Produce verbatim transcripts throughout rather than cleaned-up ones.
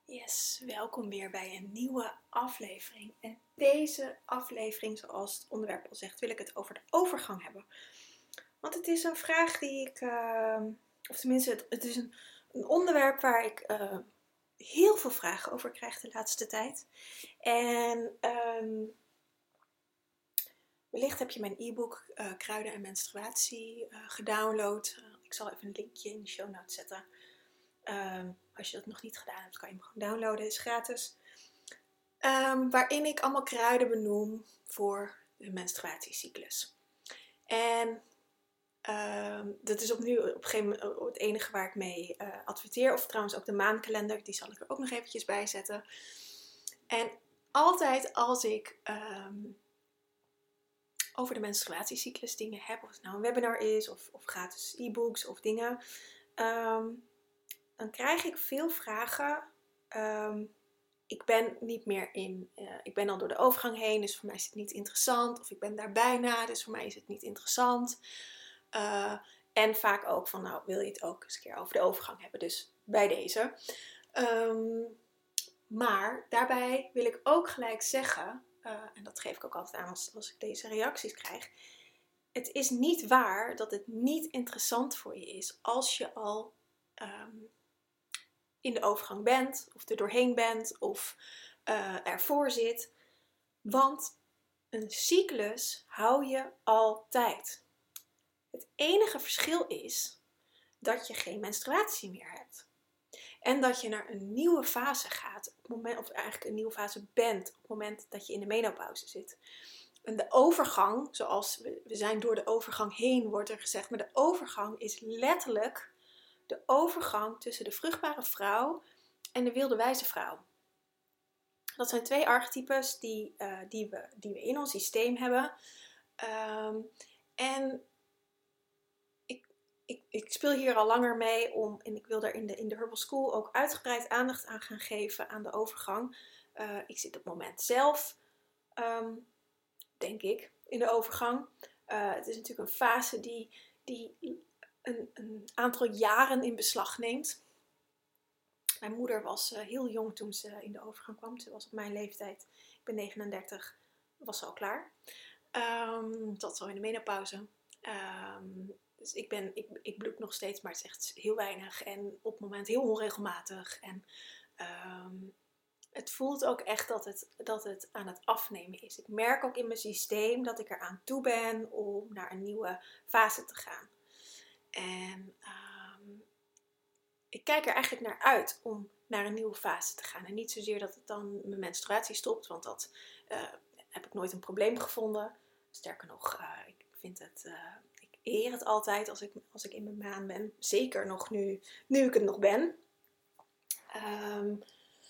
Yes, welkom weer bij een nieuwe aflevering. En deze aflevering, zoals het onderwerp al zegt, wil ik het over de overgang hebben. Want het is een vraag die ik, uh, of tenminste het, het is een, een onderwerp waar ik uh, heel veel vragen over krijg de laatste tijd. En um, wellicht heb je mijn e-book uh, Kruiden en Menstruatie uh, gedownload. Uh, ik zal even een linkje in de show notes zetten. Um, als je dat nog niet gedaan hebt, kan je hem gewoon downloaden. Het is gratis. Um, waarin ik allemaal kruiden benoem voor de menstruatiecyclus. En um, dat is opnieuw op een gegeven moment het enige waar ik mee uh, adverteer. Of trouwens ook de maandkalender. Die zal ik er ook nog eventjes bij zetten. En altijd als ik um, over de menstruatiecyclus dingen heb. Of het nou een webinar is. Of, of gratis e-books of dingen. Um, dan krijg ik veel vragen. Um, ik ben niet meer in, uh, ik ben al door de overgang heen, dus voor mij is het niet interessant. Of ik ben daar bijna, dus voor mij is het niet interessant. Uh, en vaak ook van, nou wil je het ook eens een keer over de overgang hebben, dus bij deze. Um, maar daarbij wil ik ook gelijk zeggen, uh, en dat geef ik ook altijd aan als, als ik deze reacties krijg. Het is niet waar dat het niet interessant voor je is als je al um, in de overgang bent, of er doorheen bent, of uh, ervoor zit. Want een cyclus hou je altijd. Het enige verschil is dat je geen menstruatie meer hebt. En dat je naar een nieuwe fase gaat, op het moment, of eigenlijk een nieuwe fase bent, op het moment dat je in de menopauze zit. En de overgang, zoals we, we zijn door de overgang heen, wordt er gezegd, maar de overgang is letterlijk de overgang tussen de vruchtbare vrouw en de wilde wijze vrouw. Dat zijn twee archetypes die, uh, die, we, die we in ons systeem hebben. Um, en ik, ik, ik speel hier al langer mee om, en ik wil daar in de, in de Herbal School ook uitgebreid aandacht aan gaan geven aan de overgang. Uh, ik zit op het moment zelf, um, denk ik, in de overgang. Uh, het is natuurlijk een fase die, die een, een aantal jaren in beslag neemt. Mijn moeder was uh, heel jong toen ze in de overgang kwam. Ze was op mijn leeftijd. Ik ben negenendertig. Was ze al klaar. Um, dat was al in de menopauze. Um, dus ik, ben, ik, ik bloed nog steeds, maar het is echt heel weinig. En op het moment heel onregelmatig. En um, het voelt ook echt dat het, dat het aan het afnemen is. Ik merk ook in mijn systeem dat ik eraan toe ben om naar een nieuwe fase te gaan. En um, ik kijk er eigenlijk naar uit om naar een nieuwe fase te gaan. En niet zozeer dat het dan mijn menstruatie stopt, want dat uh, heb ik nooit een probleem gevonden. Sterker nog, uh, ik vind het, uh, ik eer het altijd als ik, als ik in mijn maan ben. Zeker nog nu, nu ik het nog ben. Um,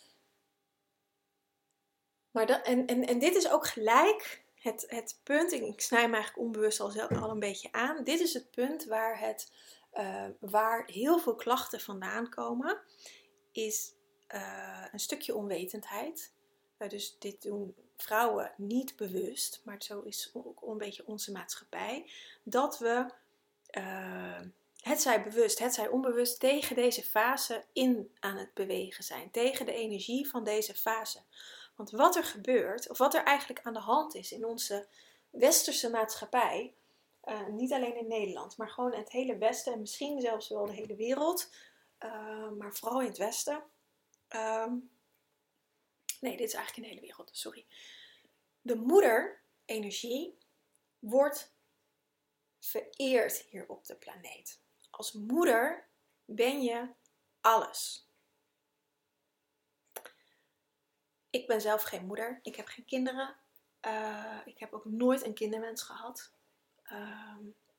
maar dat, en, en, en dit is ook gelijk het, het punt, ik snij me eigenlijk onbewust al, zelf, al een beetje aan. Dit is het punt waar, het, uh, waar heel veel klachten vandaan komen, is uh, een stukje onwetendheid. Uh, dus dit doen vrouwen niet bewust, maar zo is ook een beetje onze maatschappij. Dat we, uh, het zij bewust, het zij onbewust, tegen deze fase in aan het bewegen zijn. Tegen de energie van deze fase. Want wat er gebeurt, of wat er eigenlijk aan de hand is in onze westerse maatschappij, uh, niet alleen in Nederland, maar gewoon het hele Westen en misschien zelfs wel de hele wereld, uh, maar vooral in het Westen. Um, nee, dit is eigenlijk in de hele wereld, sorry. De moederenergie wordt vereerd hier op de planeet. Als moeder ben je alles. Ik ben zelf geen moeder. Ik heb geen kinderen. Uh, ik heb ook nooit een kinderwens gehad. Uh,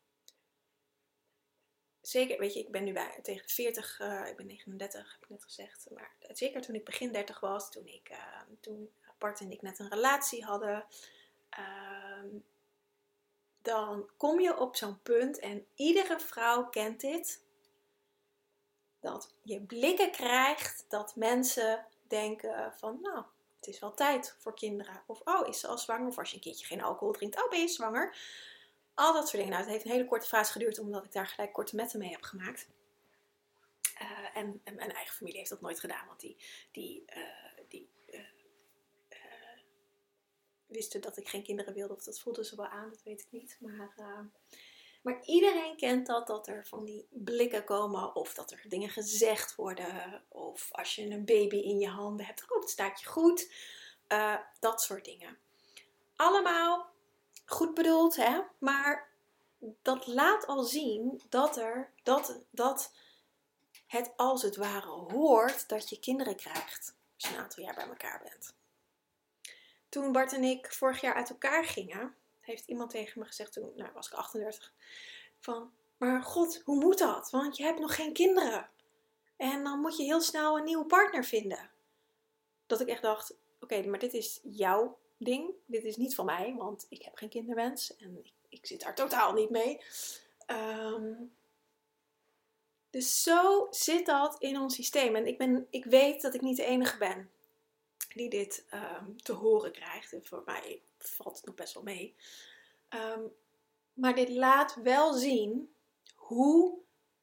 zeker, weet je, ik ben nu bij, tegen de veertig, uh, ik ben negenendertig, heb ik net gezegd. Maar zeker toen ik begin dertig was, toen, ik, uh, toen Bart en ik net een relatie hadden. Uh, dan kom je op zo'n punt, en iedere vrouw kent dit. Dat je blikken krijgt dat mensen denken van, nou, het is wel tijd voor kinderen. Of, oh, is ze al zwanger? Of als je een keertje geen alcohol drinkt, oh, ben je zwanger? Al dat soort dingen. Nou, het heeft een hele korte fase geduurd, omdat ik daar gelijk korte metten mee heb gemaakt. Uh, Uh, en, en mijn eigen familie heeft dat nooit gedaan. Want die, die, uh, die uh, uh, wisten dat ik geen kinderen wilde. Of dat voelden ze wel aan, dat weet ik niet. Maar, uh, maar iedereen kent dat. Dat er van die blikken komen. Of dat er dingen gezegd worden. Of als je een baby in je handen hebt. Oh, het staat je goed. Uh, dat soort dingen. Allemaal goed bedoeld, hè. Maar dat laat al zien dat, er, dat, dat het als het ware hoort dat je kinderen krijgt. Als je een aantal jaar bij elkaar bent. Toen Bart en ik vorig jaar uit elkaar gingen, heeft iemand tegen me gezegd, toen nou, was ik achtendertig, van, maar god, hoe moet dat? Want je hebt nog geen kinderen. En dan moet je heel snel een nieuwe partner vinden. Dat ik echt dacht, oké, okay, maar dit is jouw ding. Dit is niet van mij, want ik heb geen kinderwens. En ik, ik zit daar totaal niet mee. Um, dus zo zit dat in ons systeem. En ik, ben, ik weet dat ik niet de enige ben die dit um, te horen krijgt. En voor mij valt het nog best wel mee. Um, maar dit laat wel zien hoe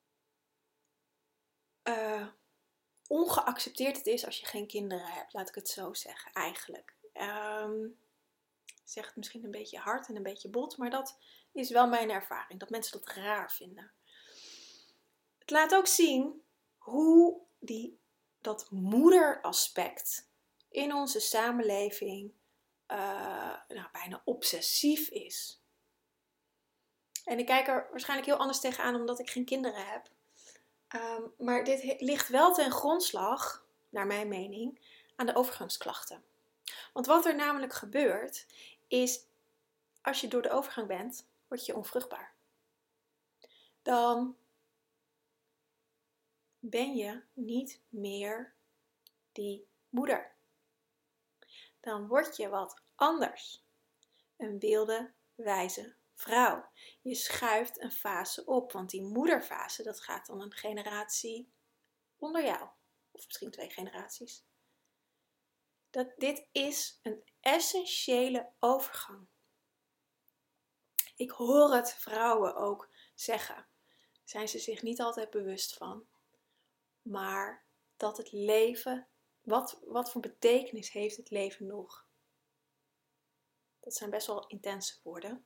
uh, ongeaccepteerd het is als je geen kinderen hebt. Laat ik het zo zeggen, eigenlijk. Um, ik zeg het misschien een beetje hard en een beetje bot, maar dat is wel mijn ervaring. Dat mensen dat raar vinden. Het laat ook zien hoe die, dat moederaspect in onze samenleving uh, nou, bijna obsessief is. En ik kijk er waarschijnlijk heel anders tegenaan omdat ik geen kinderen heb. Um, maar dit ligt wel ten grondslag, naar mijn mening, aan de overgangsklachten. Want wat er namelijk gebeurt, is als je door de overgang bent, word je onvruchtbaar. Dan ben je niet meer die moeder. Dan word je wat anders. Een wilde, wijze vrouw. Je schuift een fase op, want die moederfase, dat gaat dan een generatie onder jou. Of misschien twee generaties. Dat, dit is een essentiële overgang. Ik hoor het vrouwen ook zeggen. Zijn ze zich niet altijd bewust van. Maar dat het leven, wat, wat voor betekenis heeft het leven nog? Dat zijn best wel intense woorden.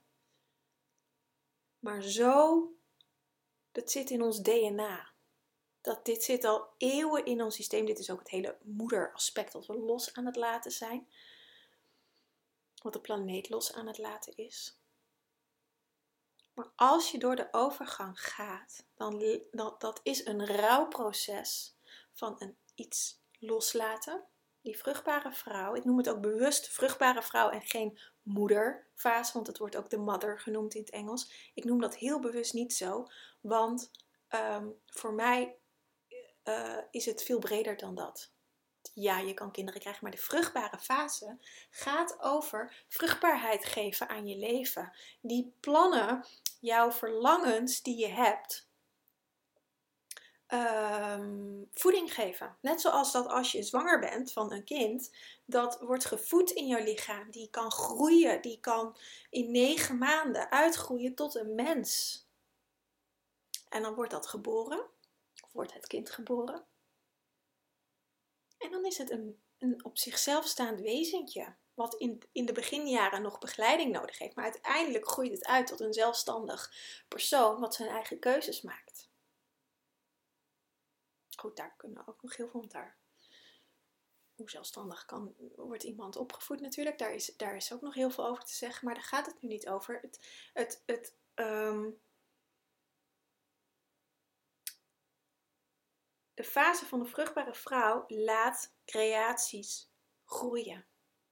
Maar zo, dat zit in ons D N A. Dat, dit zit al eeuwen in ons systeem. Dit is ook het hele moederaspect dat we los aan het laten zijn. Wat de planeet los aan het laten is. Maar als je door de overgang gaat, dan dat, dat is een rouwproces van een iets loslaten. Die vruchtbare vrouw, ik noem het ook bewust vruchtbare vrouw en geen moederfase, want het wordt ook de mother genoemd in het Engels. Ik noem dat heel bewust niet zo, want um, voor mij uh, is het veel breder dan dat. Ja, je kan kinderen krijgen, maar de vruchtbare fase gaat over vruchtbaarheid geven aan je leven. Die plannen, jouw verlangens die je hebt, um, voeding geven. Net zoals dat als je zwanger bent van een kind, dat wordt gevoed in jouw lichaam. Die kan groeien, die kan in negen maanden uitgroeien tot een mens. En dan wordt dat geboren, of wordt het kind geboren. En dan is het een, een op zichzelf staand wezentje. Wat in, in de beginjaren nog begeleiding nodig heeft. Maar uiteindelijk groeit het uit tot een zelfstandig persoon. Wat zijn eigen keuzes maakt. Goed, daar kunnen we ook nog heel veel daar. Hoe zelfstandig kan, wordt iemand opgevoed natuurlijk. Daar is, daar is ook nog heel veel over te zeggen. Maar daar gaat het nu niet over. Het... het, het um, De fase van de vruchtbare vrouw laat creaties groeien.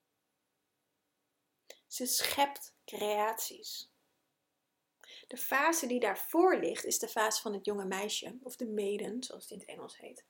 Ze schept creaties. De fase die daarvoor ligt is de fase van het jonge meisje, of de maiden, zoals het in het Engels heet.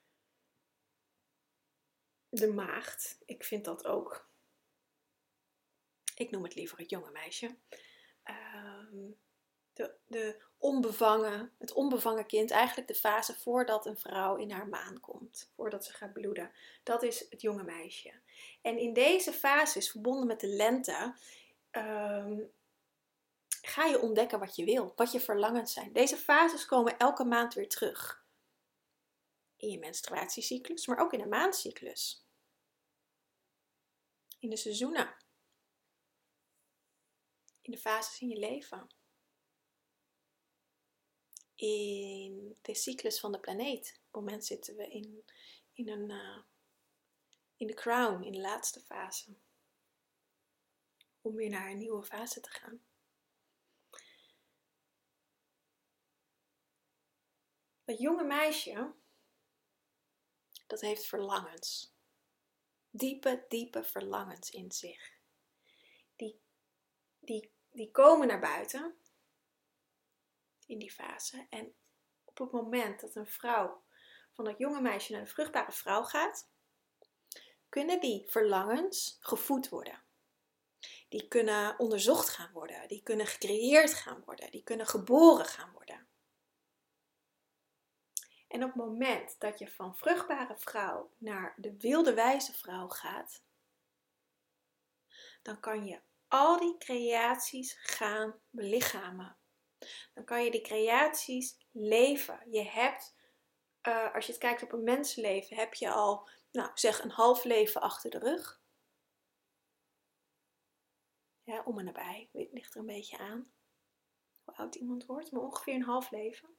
De maagd, ik vind dat ook. Ik noem het liever het jonge meisje. Um, de, de onbevangen, het onbevangen kind, eigenlijk de fase voordat een vrouw in haar maan komt, voordat ze gaat bloeden. Dat is het jonge meisje. En in deze fase is verbonden met de lente, um, ga je ontdekken wat je wil, wat je verlangens zijn. Deze fases komen elke maand weer terug. in je menstruatiecyclus, maar ook in de maandcyclus. In de seizoenen. In de fases in je leven. In de cyclus van de planeet. Op het moment zitten we in, in, een, uh, in de crown, in de laatste fase. Om weer naar een nieuwe fase te gaan. Dat jonge meisje, dat heeft verlangens. Diepe, diepe verlangens in zich. Die, die, die komen naar buiten. In die fase. En op het moment dat een vrouw van dat jonge meisje naar een vruchtbare vrouw gaat, kunnen die verlangens gevoed worden. Die kunnen onderzocht gaan worden. Die kunnen gecreëerd gaan worden. Die kunnen geboren gaan worden. En op het moment dat je van vruchtbare vrouw naar de wilde wijze vrouw gaat, dan kan je al die creaties gaan belichamen. Dan kan je die creaties leven. Je hebt, uh, als je het kijkt op een mensenleven, heb je al, nou zeg een half leven achter de rug. Ja, om en nabij, het ligt er een beetje aan hoe oud iemand wordt, maar ongeveer een half leven.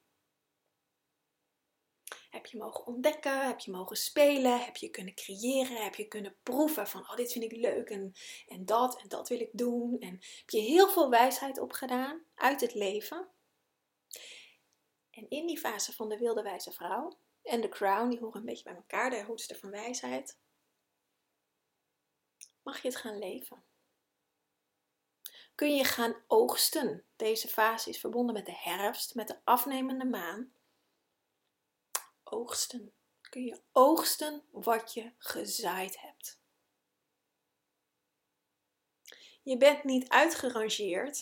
Heb je mogen ontdekken, heb je mogen spelen, heb je kunnen creëren, heb je kunnen proeven van oh dit vind ik leuk en, en dat en dat wil ik doen. En heb je heel veel wijsheid opgedaan uit het leven. En in die fase van de wilde wijze vrouw en de crown, die horen een beetje bij elkaar, de hoedster van wijsheid, mag je het gaan leven. Kun je gaan oogsten. Deze fase is verbonden met de herfst, met de afnemende maan. Oogsten. Kun je oogsten wat je gezaaid hebt. Je bent niet uitgerangeerd.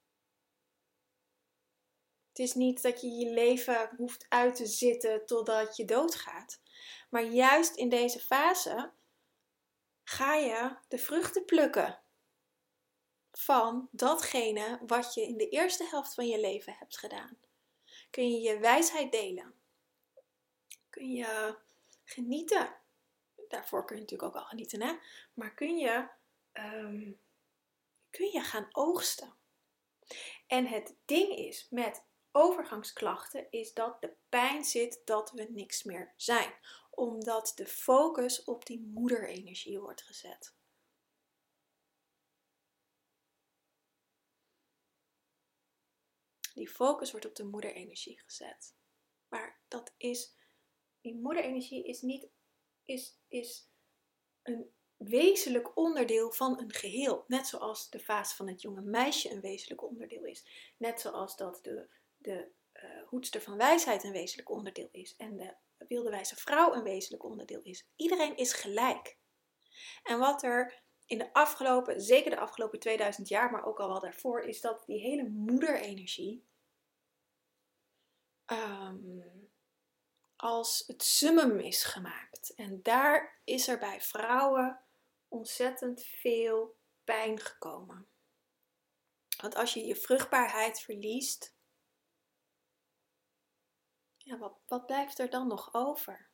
Het is niet dat je je leven hoeft uit te zitten totdat je doodgaat. Maar juist in deze fase ga je de vruchten plukken van datgene wat je in de eerste helft van je leven hebt gedaan. Kun je je wijsheid delen. Kun je genieten. Daarvoor kun je natuurlijk ook al genieten, hè? Maar kun je, um, kun je gaan oogsten. En het ding is met overgangsklachten is dat de pijn zit dat we niks meer zijn. Omdat de focus op die moederenergie wordt gezet. Die focus wordt op de moederenergie gezet. Maar dat is, die moederenergie is niet, is, is een wezenlijk onderdeel van een geheel. Net zoals de fase van het jonge meisje een wezenlijk onderdeel is. Net zoals dat de, de uh, hoedster van wijsheid een wezenlijk onderdeel is. En de wilde wijze vrouw een wezenlijk onderdeel is. Iedereen is gelijk. En wat er in de afgelopen, zeker de afgelopen tweeduizend jaar, maar ook al wel daarvoor, is dat die hele moederenergie um, als het summum is gemaakt. En daar is er bij vrouwen ontzettend veel pijn gekomen. Want als je je vruchtbaarheid verliest, ja, wat, wat blijft er dan nog over?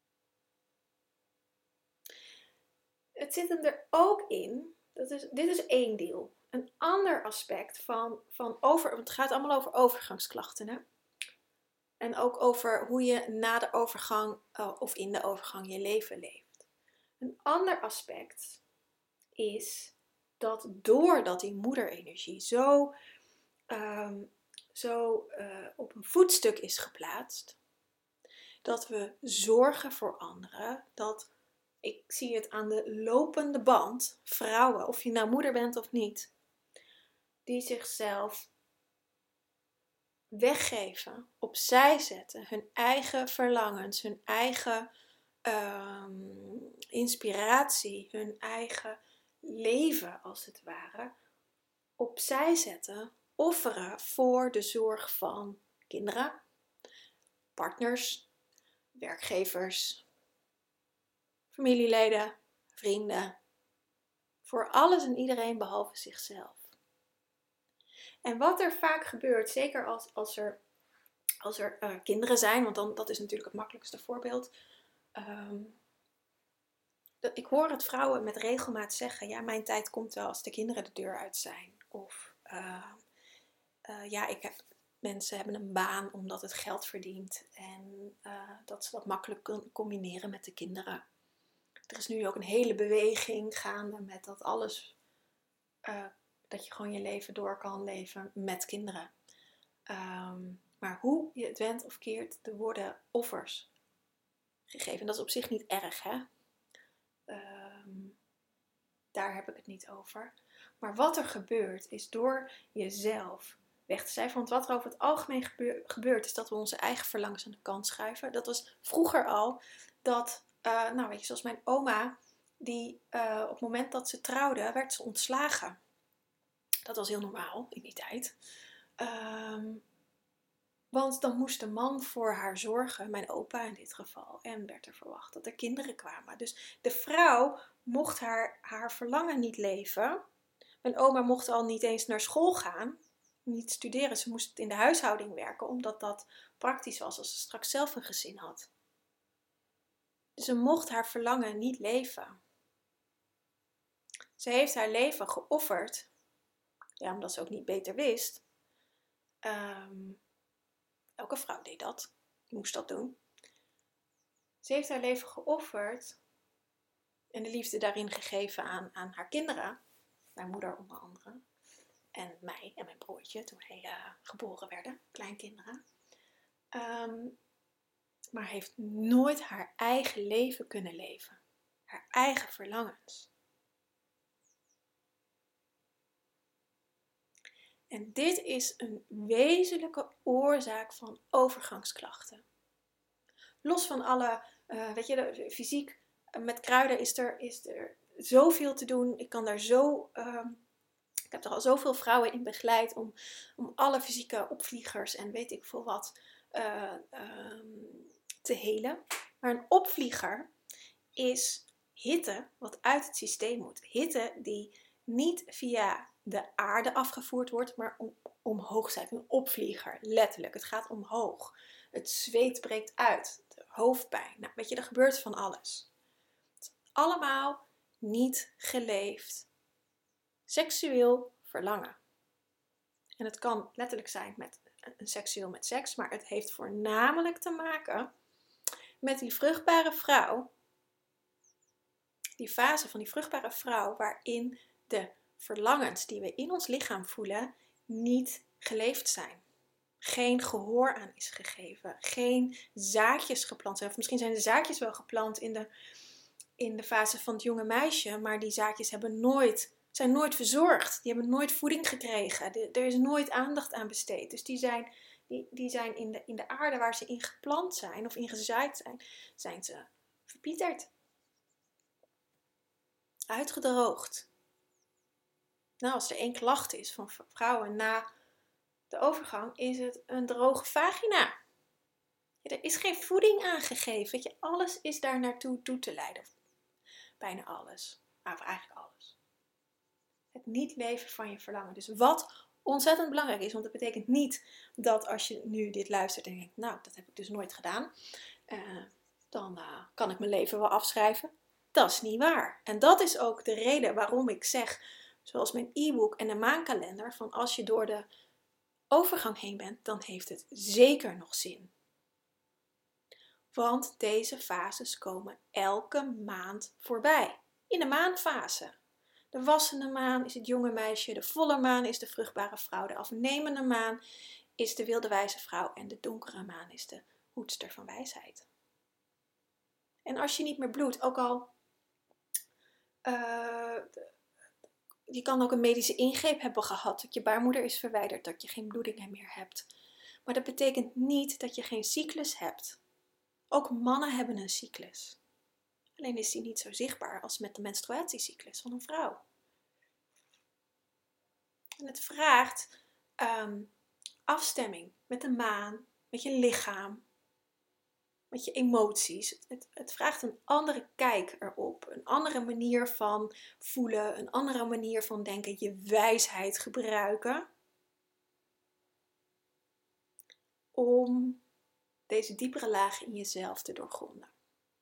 Het zit hem er ook in, dat is, dit is één deel. Een ander aspect van, van over, het gaat allemaal over overgangsklachten, hè? En ook over hoe je na de overgang uh, of in de overgang je leven leeft. Een ander aspect is dat doordat die moederenergie zo, um, zo uh, op een voetstuk is geplaatst, dat we zorgen voor anderen, dat ik zie het aan de lopende band, vrouwen, of je nou moeder bent of niet, die zichzelf weggeven, opzij zetten, hun eigen verlangens, hun eigen um, inspiratie, hun eigen leven als het ware, opzij zetten, offeren voor de zorg van kinderen, partners, werkgevers, familieleden, vrienden, voor alles en iedereen behalve zichzelf. En wat er vaak gebeurt, zeker als, als er als er uh, kinderen zijn, want dan, dat is natuurlijk het makkelijkste voorbeeld. Um, dat, ik hoor het vrouwen met regelmaat zeggen, ja, mijn tijd komt wel als de kinderen de deur uit zijn. Of uh, uh, ja, ik heb, mensen hebben een baan omdat het geld verdient. En uh, dat ze dat makkelijk kunnen combineren met de kinderen. Er is nu ook een hele beweging gaande met dat alles, uh, dat je gewoon je leven door kan leven met kinderen. Um, maar hoe je het wendt of keert, er worden offers gegeven. En dat is op zich niet erg, hè? Um, daar heb ik het niet over. Maar wat er gebeurt, is door jezelf weg te cijferen. Want wat er over het algemeen gebeur, gebeurt, is dat we onze eigen verlangens aan de kant schuiven. Dat was vroeger al, dat, uh, nou weet je, zoals mijn oma, die uh, op het moment dat ze trouwde, werd ze ontslagen. Dat was heel normaal in die tijd. Um, Want dan moest de man voor haar zorgen, mijn opa in dit geval. En werd er verwacht dat er kinderen kwamen. Dus de vrouw mocht haar, haar verlangen niet leven. Mijn oma mocht al niet eens naar school gaan. Niet studeren. Ze moest in de huishouding werken. Omdat dat praktisch was als ze straks zelf een gezin had. Dus ze mocht haar verlangen niet leven. Ze heeft haar leven geofferd. Ja, omdat ze ook niet beter wist. Um, Elke vrouw deed dat. Moest dat doen. Ze heeft haar leven geofferd. En de liefde daarin gegeven aan, aan haar kinderen. Mijn moeder onder andere. En mij en mijn broertje toen wij uh, geboren werden. Kleinkinderen. Um, maar heeft nooit haar eigen leven kunnen leven. Haar eigen verlangens. En dit is een wezenlijke oorzaak van overgangsklachten. Los van alle, uh, weet je, de, fysiek, uh, met kruiden is er, is er zoveel te doen. Ik kan daar zo, uh, ik heb er al zoveel vrouwen in begeleid om, om alle fysieke opvliegers en weet ik veel wat uh, uh, te helen. Maar een opvlieger is hitte wat uit het systeem moet. Hitte die niet via de aarde afgevoerd wordt, maar om, omhoog zijn. Een opvlieger, letterlijk. Het gaat omhoog. Het zweet breekt uit. De hoofdpijn. Nou, weet je, er gebeurt van alles. Het is allemaal niet geleefd. Seksueel verlangen. En het kan letterlijk zijn met een seksueel met seks, maar het heeft voornamelijk te maken met die vruchtbare vrouw. Die fase van die vruchtbare vrouw waarin de verlangens die we in ons lichaam voelen niet geleefd zijn. Geen gehoor aan is gegeven. Geen zaadjes geplant zijn. Of misschien zijn de zaadjes wel geplant in de, in de fase van het jonge meisje. Maar die zaadjes hebben nooit, zijn nooit verzorgd. Die hebben nooit voeding gekregen. De, er is nooit aandacht aan besteed. Dus die zijn, die, die zijn in, de, in de aarde waar ze in geplant zijn. Of in gezaaid zijn. Zijn ze verpieterd. Uitgedroogd. Nou, als er één klacht is van vrouwen na de overgang, is het een droge vagina. Ja, er is geen voeding aangegeven. Weet je, alles is daar naartoe toe te leiden. Bijna alles. Maar eigenlijk alles. Het niet leven van je verlangen. Dus wat ontzettend belangrijk is, want dat betekent niet dat als je nu dit luistert en denkt, nou, dat heb ik dus nooit gedaan. Uh, dan uh, kan ik mijn leven wel afschrijven. Dat is niet waar. En dat is ook de reden waarom ik zeg, zoals mijn e-book en de maankalender, van als je door de overgang heen bent, dan heeft het zeker nog zin. Want deze fases komen elke maand voorbij. In de maanfase. De wassende maan is het jonge meisje, de volle maan is de vruchtbare vrouw, de afnemende maan is de wilde wijze vrouw en de donkere maan is de hoedster van wijsheid. En als je niet meer bloedt, ook al uh, je kan ook een medische ingreep hebben gehad, dat je baarmoeder is verwijderd, dat je geen bloedingen meer hebt. Maar dat betekent niet dat je geen cyclus hebt. Ook mannen hebben een cyclus. Alleen is die niet zo zichtbaar als met de menstruatiecyclus van een vrouw. En het vraagt um, afstemming met de maan, met je lichaam, met je emoties. Het, het vraagt een andere kijk erop, een andere manier van voelen, een andere manier van denken, je wijsheid gebruiken. om deze diepere lagen in jezelf te doorgronden.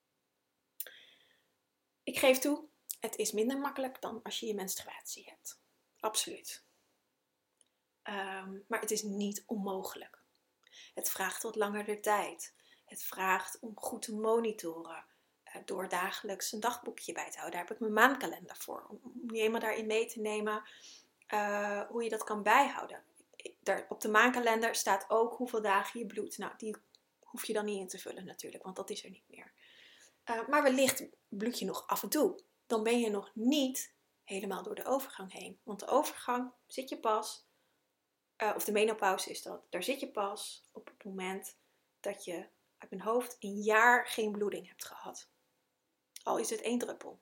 Ik geef toe, het is minder makkelijk dan als je je menstruatie hebt. Absoluut. Um, maar het is niet onmogelijk. Het vraagt wat langer de tijd. Het vraagt om goed te monitoren. Uh, door dagelijks een dagboekje bij te houden. Daar heb ik mijn maandkalender voor. Om, om je helemaal daarin mee te nemen uh, hoe je dat kan bijhouden. Daar, op de maandkalender staat ook hoeveel dagen je bloedt. Nou, die hoef je dan niet in te vullen natuurlijk, want dat is er niet meer. Uh, maar wellicht bloed je nog af en toe. Dan ben je nog niet helemaal door de overgang heen. Want de overgang zit je pas, uh, of de menopauze is dat, daar zit je pas op het moment dat je uit mijn hoofd een jaar geen bloeding hebt gehad. Al is het één druppel.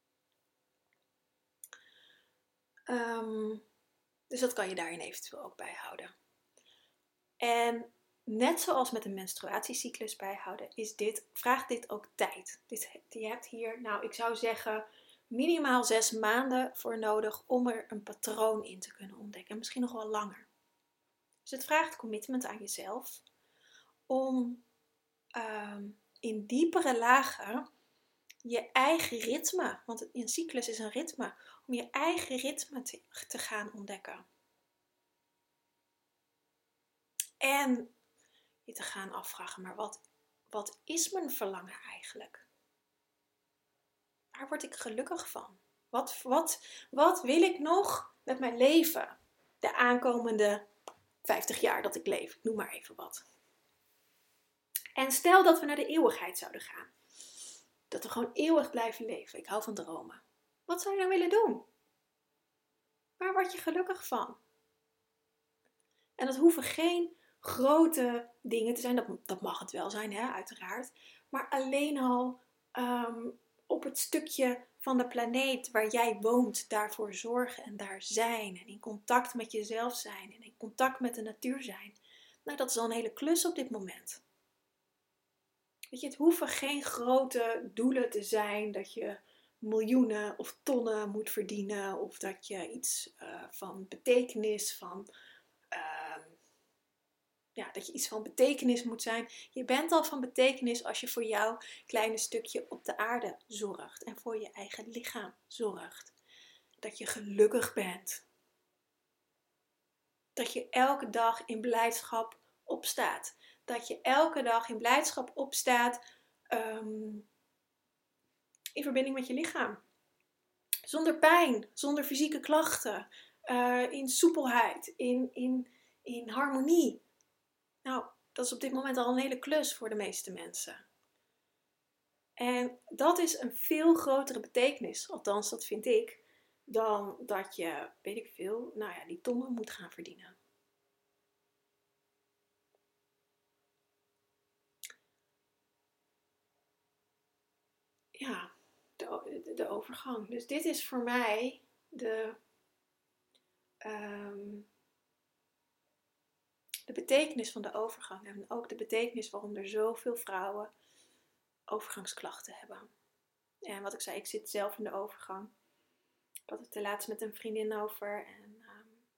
Um, dus dat kan je daarin eventueel ook bijhouden. En net zoals met een menstruatiecyclus bijhouden, is dit, vraagt dit ook tijd. Dit, je hebt hier, nou ik zou zeggen, minimaal zes maanden voor nodig om er een patroon in te kunnen ontdekken. Misschien nog wel langer. Dus het vraagt commitment aan jezelf om um, in diepere lagen je eigen ritme, want een cyclus is een ritme, om je eigen ritme te, te gaan ontdekken. En je te gaan afvragen, maar wat, wat is mijn verlangen eigenlijk? Waar word ik gelukkig van? Wat, wat, wat wil ik nog met mijn leven? De aankomende vijftig jaar dat ik leef, ik noem maar even wat. En stel dat we naar de eeuwigheid zouden gaan. Dat we gewoon eeuwig blijven leven. Ik hou van dromen. Wat zou je dan willen doen? Waar word je gelukkig van? En dat hoeven geen grote dingen te zijn. Dat, dat mag het wel zijn, hè, uiteraard. Maar alleen al um, op het stukje van de planeet waar jij woont, daarvoor zorgen en daar zijn. En in contact met jezelf zijn. En in contact met de natuur zijn. Nou, dat is al een hele klus op dit moment. Weet je, het hoeven geen grote doelen te zijn dat je miljoenen of tonnen moet verdienen. Of dat je iets uh, van betekenis, van... Uh, Ja, dat je iets van betekenis moet zijn. Je bent al van betekenis als je voor jouw kleine stukje op de aarde zorgt. En voor je eigen lichaam zorgt. Dat je gelukkig bent. Dat je elke dag in blijdschap opstaat. Dat je elke dag in blijdschap opstaat um, in verbinding met je lichaam. Zonder pijn, zonder fysieke klachten. Uh, in soepelheid, in, in, in harmonie. Nou, dat is op dit moment al een hele klus voor de meeste mensen. En dat is een veel grotere betekenis, althans dat vind ik, dan dat je, weet ik veel, nou ja, die tonnen moet gaan verdienen. Ja, de, de, de overgang. Dus dit is voor mij de... Um, De betekenis van de overgang en ook de betekenis waarom er zoveel vrouwen overgangsklachten hebben. En wat ik zei, ik zit zelf in de overgang. Ik had het er laatst met een vriendin over. En um,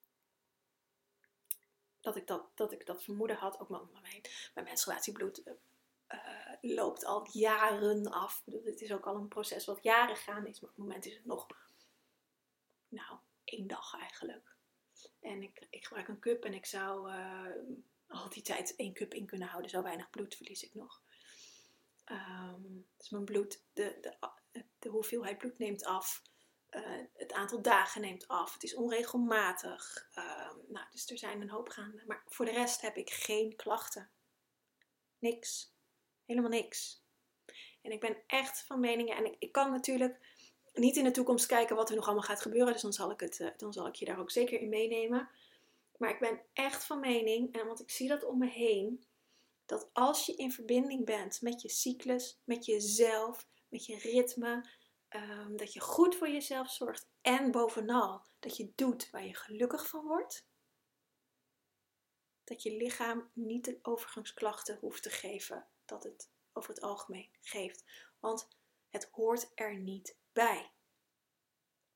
dat, ik dat, dat ik dat vermoeden had. Ook mijn, mijn, mijn menstruatiebloed uh, loopt al jaren af. Het is ook al een proces wat jaren gaan is. Maar op het moment is het nog, nou, één dag eigenlijk. En ik, ik gebruik een cup en ik zou uh, al die tijd één cup in kunnen houden. Zo weinig bloed verlies ik nog. Um, dus mijn bloed, de, de, de hoeveelheid bloed neemt af. Uh, het aantal dagen neemt af. Het is onregelmatig. Um, nou, dus er zijn een hoop gaande. Maar voor de rest heb ik geen klachten. Niks. Helemaal niks. En ik ben echt van mening. En ik, ik kan natuurlijk niet in de toekomst kijken wat er nog allemaal gaat gebeuren. Dus dan zal ik, het, uh, dan zal ik je daar ook zeker in meenemen. Maar ik ben echt van mening. En want ik zie dat om me heen. Dat als je in verbinding bent met je cyclus, met jezelf, met je ritme, um, dat je goed voor jezelf zorgt en bovenal dat je doet waar je gelukkig van wordt, dat je lichaam niet de overgangsklachten hoeft te geven dat het over het algemeen geeft. Want het hoort er niet bij.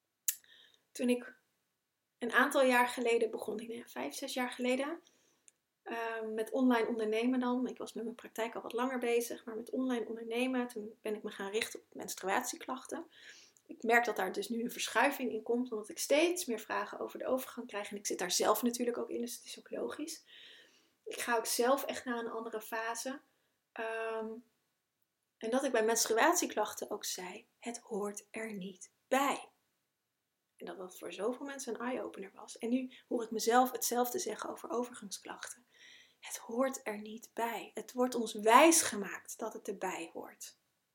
Toen ik een aantal jaar geleden begon, ik denk vijf, zes jaar geleden, Uh, met online ondernemen dan. Ik was met mijn praktijk al wat langer bezig, maar met online ondernemen, toen ben ik me gaan richten op menstruatieklachten. Ik merk dat daar dus nu een verschuiving in komt, omdat ik steeds meer vragen over de overgang krijg. En ik zit daar zelf natuurlijk ook in, dus het is ook logisch. Ik ga ook zelf echt naar een andere fase. Um, en dat ik bij menstruatieklachten ook zei, het hoort er niet bij. En dat dat voor zoveel mensen een eye-opener was. En nu hoor ik mezelf hetzelfde zeggen over overgangsklachten. Het hoort er niet bij. Het wordt ons wijsgemaakt dat het erbij hoort.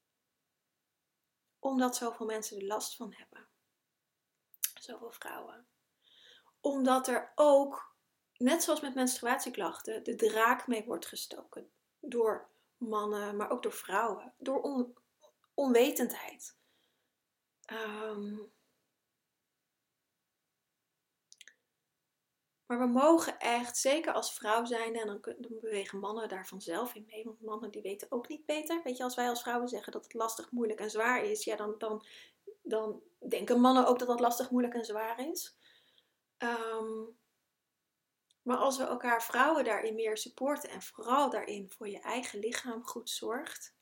Omdat zoveel mensen er last van hebben. Zoveel vrouwen. Omdat er ook, net zoals met menstruatieklachten, de draak mee wordt gestoken. Door mannen, maar ook door vrouwen. Door on- onwetendheid. Um, Maar we mogen echt, zeker als vrouw zijn, en dan, dan bewegen mannen daar vanzelf in mee. Want mannen die weten ook niet beter. Weet je, als wij als vrouwen zeggen dat het lastig, moeilijk en zwaar is. Ja, dan, dan, dan denken mannen ook dat dat lastig, moeilijk en zwaar is. Um, maar als we elkaar vrouwen daarin meer supporten. En vooral daarin voor je eigen lichaam goed zorgt.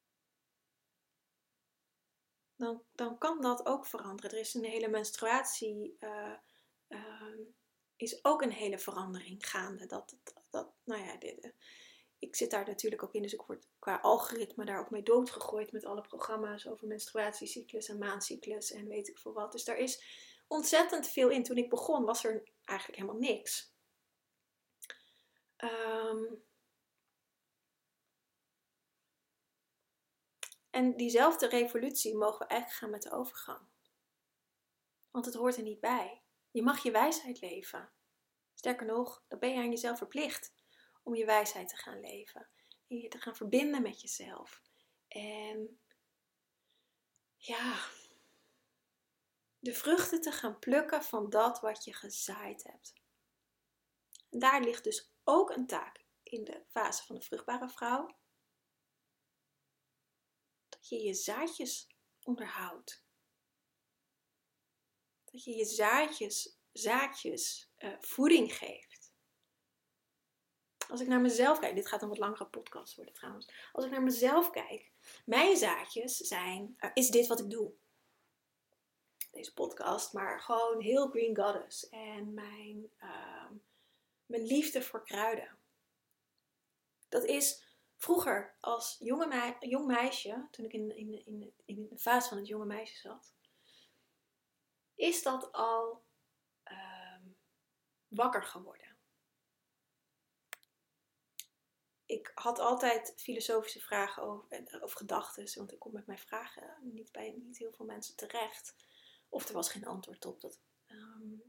Dan, dan kan dat ook veranderen. Er is een hele menstruatie... Uh, uh, is ook een hele verandering gaande. Dat, dat, dat nou ja, dit, ik zit daar natuurlijk ook in, dus ik word qua algoritme daar ook mee doodgegooid met alle programma's over menstruatiecyclus en maandcyclus en weet ik veel wat. Dus daar is ontzettend veel in. Toen ik begon was er eigenlijk helemaal niks. Um, en diezelfde revolutie mogen we eigenlijk gaan met de overgang. Want het hoort er niet bij. Je mag je wijsheid leven. Sterker nog, dan ben je aan jezelf verplicht om je wijsheid te gaan leven. En je te gaan verbinden met jezelf. En ja, de vruchten te gaan plukken van dat wat je gezaaid hebt. En daar ligt dus ook een taak in de fase van de vruchtbare vrouw. Dat je je zaadjes onderhoudt. Dat je je zaadjes, zaadjes uh, voeding geeft. Als ik naar mezelf kijk, dit gaat een wat langere podcast worden trouwens. Als ik naar mezelf kijk, mijn zaadjes zijn, uh, is dit wat ik doe. Deze podcast, maar gewoon heel Green Goddess. En mijn, uh, mijn liefde voor kruiden. Dat is vroeger als jonge mei- jong meisje, toen ik in, in, in, in de fase van het jonge meisje zat, is dat al uh, wakker geworden. Ik had altijd filosofische vragen over, of gedachten, want ik kom met mijn vragen niet bij niet heel veel mensen terecht. Of er was geen antwoord op. Dat, um,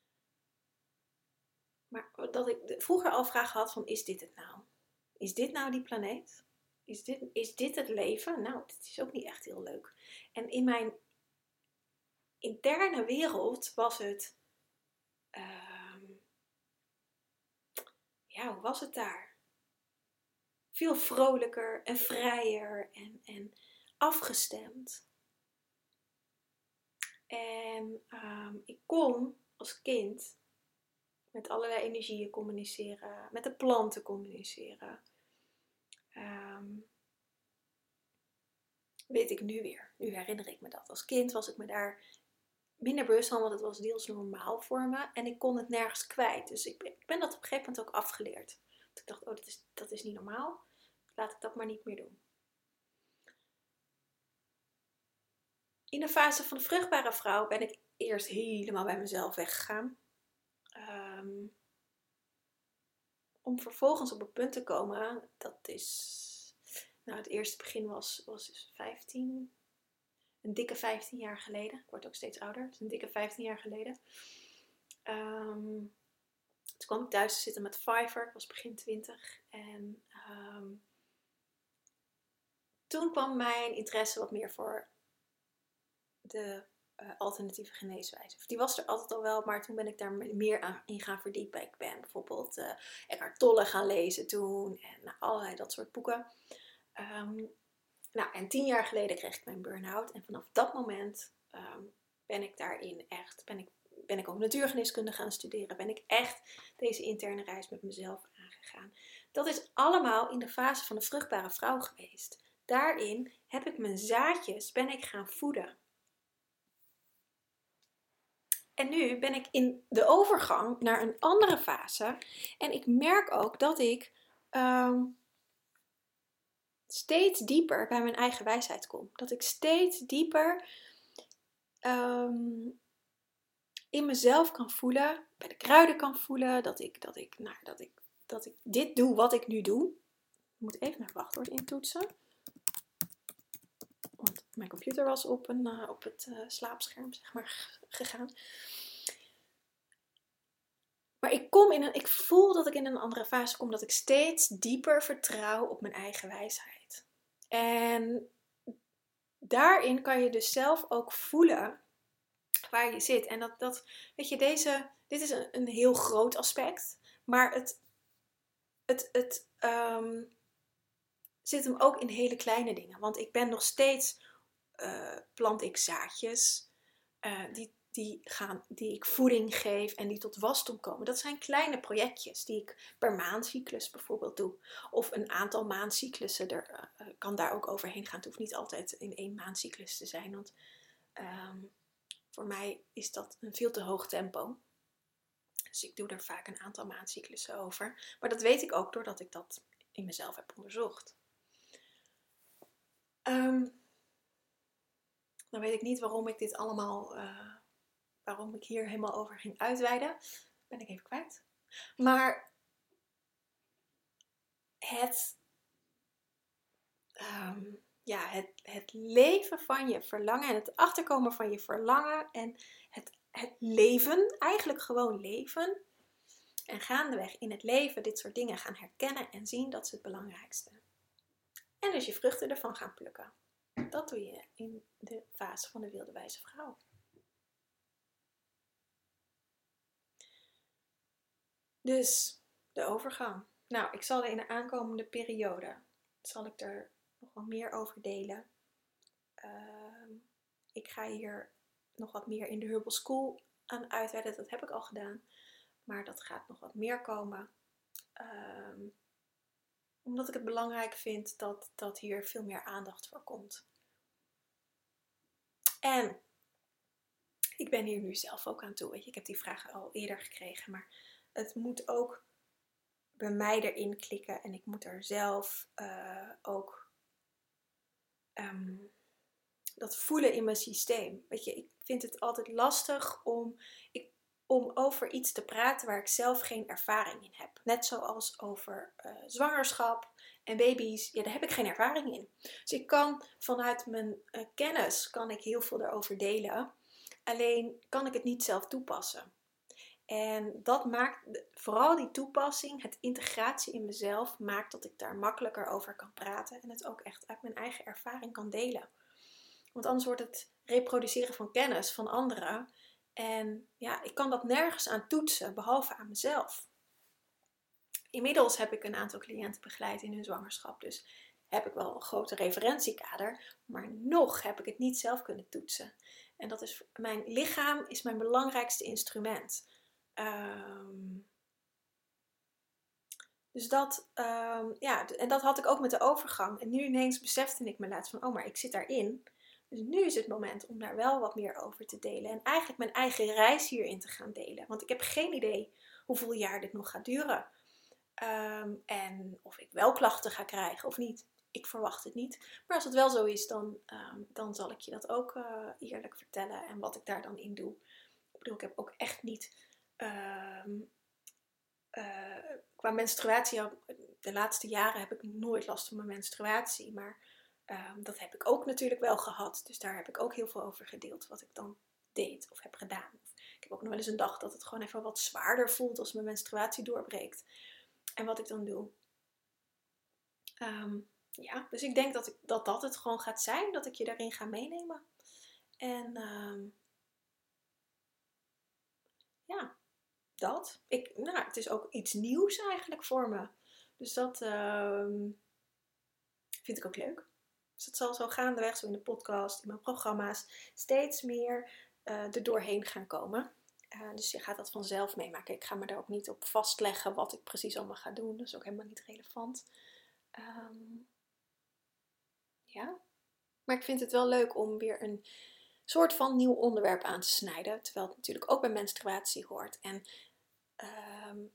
maar dat ik vroeger al vragen had van, is dit het nou? Is dit nou die planeet? Is dit, is dit het leven? Nou, dit is ook niet echt heel leuk. En in mijn interne wereld was het... Um, ja, hoe was het daar? Veel vrolijker en vrijer en, en afgestemd. En um, ik kon als kind met allerlei energieën communiceren, met de planten communiceren. Um, weet ik nu weer. Nu herinner ik me dat. Als kind was ik me daar minder bewust van, want het was deels normaal voor me. En ik kon het nergens kwijt. Dus ik ben, ik ben dat op een gegeven moment ook afgeleerd. Want ik dacht, oh, dat is, dat is niet normaal. Laat ik dat maar niet meer doen. In de fase van de vruchtbare vrouw ben ik eerst helemaal bij mezelf weggegaan. Um, om vervolgens op het punt te komen, dat is, nou het eerste begin was, was dus vijftien, een dikke vijftien jaar geleden. Ik word ook steeds ouder, dus een dikke vijftien jaar geleden. Um, toen kwam ik thuis te zitten met Fiverr, ik was begin twintig. En um, toen kwam mijn interesse wat meer voor de uh, alternatieve geneeswijze. Die was er altijd al wel, maar toen ben ik daar meer aan, in gaan verdiepen. Ik ben bijvoorbeeld uh, Eckhart Tolle gaan lezen toen en nou, allerlei dat soort boeken. Um, nou, en tien jaar geleden kreeg ik mijn burn-out en vanaf dat moment um, ben ik daarin echt, ben ik, ben ik ook natuurgeneeskunde gaan studeren. Ben ik echt deze interne reis met mezelf aangegaan. aangegaan. Dat is allemaal in de fase van de vruchtbare vrouw geweest. Daarin heb ik mijn zaadjes, ben ik gaan voeden. En nu ben ik in de overgang naar een andere fase. En ik merk ook dat ik um, steeds dieper bij mijn eigen wijsheid kom. Dat ik steeds dieper um, in mezelf kan voelen, bij de kruiden kan voelen, dat ik, dat ik, nou, dat ik, dat ik dit doe wat ik nu doe. Ik moet even mijn wachtwoord intoetsen. Want mijn computer was op, een, uh, op het uh, slaapscherm, zeg maar, gegaan. Maar ik, kom in een, ik voel dat ik in een andere fase kom, dat ik steeds dieper vertrouw op mijn eigen wijsheid. En daarin kan je dus zelf ook voelen waar je zit. En dat, dat weet je, deze, dit is een, een heel groot aspect, maar het, het, het um, zit hem ook in hele kleine dingen. Want ik ben nog steeds, uh, plant ik zaadjes, uh, die Die, gaan, die ik voeding geef en die tot wasdom komen. Dat zijn kleine projectjes die ik per maandcyclus bijvoorbeeld doe. Of een aantal maandcyclussen er, uh, kan daar ook overheen gaan. Het hoeft niet altijd in één maandcyclus te zijn. Want um, voor mij is dat een veel te hoog tempo. Dus ik doe er vaak een aantal maandcyclussen over. Maar dat weet ik ook doordat ik dat in mezelf heb onderzocht. Um, dan weet ik niet waarom ik dit allemaal... Uh, waarom ik hier helemaal over ging uitweiden. Ben ik even kwijt. Maar het, um, ja, het, het leven van je verlangen en het achterkomen van je verlangen en het, het leven, eigenlijk gewoon leven. En gaandeweg in het leven dit soort dingen gaan herkennen en zien, dat is het belangrijkste. En dus je vruchten ervan gaan plukken. Dat doe je in de fase van de wilde wijze vrouw. Dus de overgang. Nou, ik zal in de aankomende periode, zal ik er nog wat meer over delen. Uh, ik ga hier nog wat meer in de Herbal School aan uitweiden. Dat heb ik al gedaan. Maar dat gaat nog wat meer komen. Uh, omdat ik het belangrijk vind dat, dat hier veel meer aandacht voor komt. En ik ben hier nu zelf ook aan toe. Weet je, ik heb die vragen al eerder gekregen. Maar het moet ook bij mij erin klikken. En ik moet er zelf uh, ook um, dat voelen in mijn systeem. Weet je, ik vind het altijd lastig om, ik, om over iets te praten waar ik zelf geen ervaring in heb. Net zoals over uh, zwangerschap en baby's. Ja, daar heb ik geen ervaring in. Dus ik kan vanuit mijn uh, kennis kan ik heel veel erover delen. Alleen kan ik het niet zelf toepassen. En dat maakt, vooral die toepassing, het integratie in mezelf, maakt dat ik daar makkelijker over kan praten. En het ook echt uit mijn eigen ervaring kan delen. Want anders wordt het reproduceren van kennis van anderen. En ja, ik kan dat nergens aan toetsen, behalve aan mezelf. Inmiddels heb ik een aantal cliënten begeleid in hun zwangerschap. Dus heb ik wel een grote referentiekader. Maar nog heb ik het niet zelf kunnen toetsen. En dat is, mijn lichaam is mijn belangrijkste instrument. Um, dus dat, um, ja, en dat had ik ook met de overgang. En nu ineens besefte ik me laatst van, oh, maar ik zit daarin. Dus nu is het moment om daar wel wat meer over te delen. En eigenlijk mijn eigen reis hierin te gaan delen. Want ik heb geen idee hoeveel jaar dit nog gaat duren. Um, en of ik wel klachten ga krijgen of niet. Ik verwacht het niet. Maar als het wel zo is, dan, um, dan zal ik je dat ook uh, eerlijk vertellen. En wat ik daar dan in doe. Ik bedoel, ik heb ook echt niet... Uh, uh, qua menstruatie, de laatste jaren heb ik nooit last van mijn menstruatie. Maar uh, dat heb ik ook natuurlijk wel gehad. Dus daar heb ik ook heel veel over gedeeld. Wat ik dan deed of heb gedaan. Ik heb ook nog wel eens een dag dat het gewoon even wat zwaarder voelt als mijn menstruatie doorbreekt. En wat ik dan doe. Um, ja, dus ik denk dat, ik, dat dat het gewoon gaat zijn. Dat ik je daarin ga meenemen. En um, ja, dat. Ik, nou, het is ook iets nieuws eigenlijk voor me. Dus dat um, vind ik ook leuk. Dus het zal zo gaandeweg, zo in de podcast, in mijn programma's, steeds meer uh, er doorheen gaan komen. Uh, dus je gaat dat vanzelf meemaken. Ik ga me daar ook niet op vastleggen wat ik precies allemaal ga doen. Dat is ook helemaal niet relevant. Um, ja. Maar ik vind het wel leuk om weer een soort van nieuw onderwerp aan te snijden. Terwijl het natuurlijk ook bij menstruatie hoort. En um,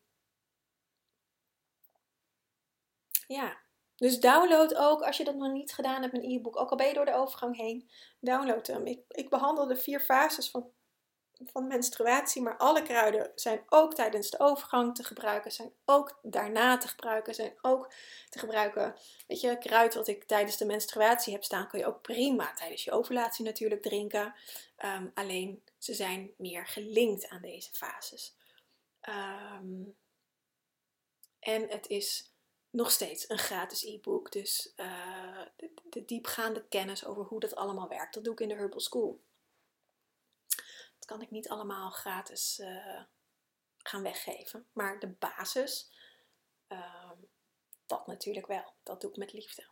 ja, dus download ook, als je dat nog niet gedaan hebt, mijn e-book. Ook al ben je door de overgang heen, download hem. Ik, ik behandel de vier fases van, van menstruatie, maar alle kruiden zijn ook tijdens de overgang te gebruiken. Zijn ook daarna te gebruiken. Zijn ook te gebruiken. Weet je, kruid wat ik tijdens de menstruatie heb staan, kun je ook prima tijdens je ovulatie natuurlijk drinken. Um, alleen, ze zijn meer gelinkt aan deze fases. Um, en het is nog steeds een gratis e-book. Dus uh, de, de diepgaande kennis over hoe dat allemaal werkt, dat doe ik in de Herbal School. Dat kan ik niet allemaal gratis uh, gaan weggeven. Maar de basis, uh, dat natuurlijk wel. Dat doe ik met liefde.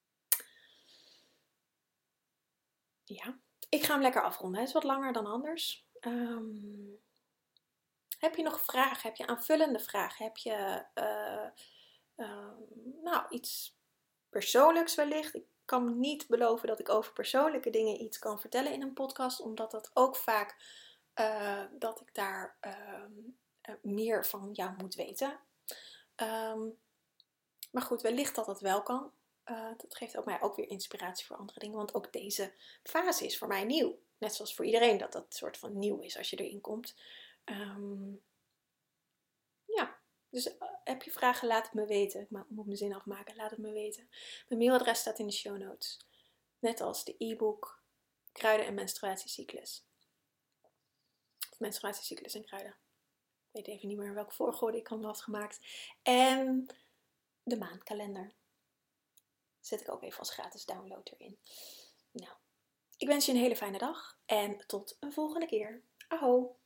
Ja, ik ga hem lekker afronden. Hij is wat langer dan anders. Um, heb je nog vragen? Heb je aanvullende vragen? Heb je... Uh, Uh, nou, iets persoonlijks wellicht. Ik kan niet beloven dat ik over persoonlijke dingen iets kan vertellen in een podcast, omdat dat ook vaak uh, dat ik daar uh, uh, meer van jou moet weten. Um, maar goed, wellicht dat dat wel kan. Uh, dat geeft ook mij ook weer inspiratie voor andere dingen, want ook deze fase is voor mij nieuw. Net zoals voor iedereen dat dat soort van nieuw is als je erin komt. Um, ja. Dus uh, heb je vragen, laat het me weten. Ik moet mijn zin afmaken, laat het me weten. Mijn mailadres staat in de show notes. Net als de e-book Kruiden en menstruatiecyclus. Of menstruatiecyclus en kruiden. Ik weet even niet meer in welke volgorde ik hem had gemaakt. En de maandkalender. Zet ik ook even als gratis download erin. Nou, ik wens je een hele fijne dag. En tot een volgende keer. Aho!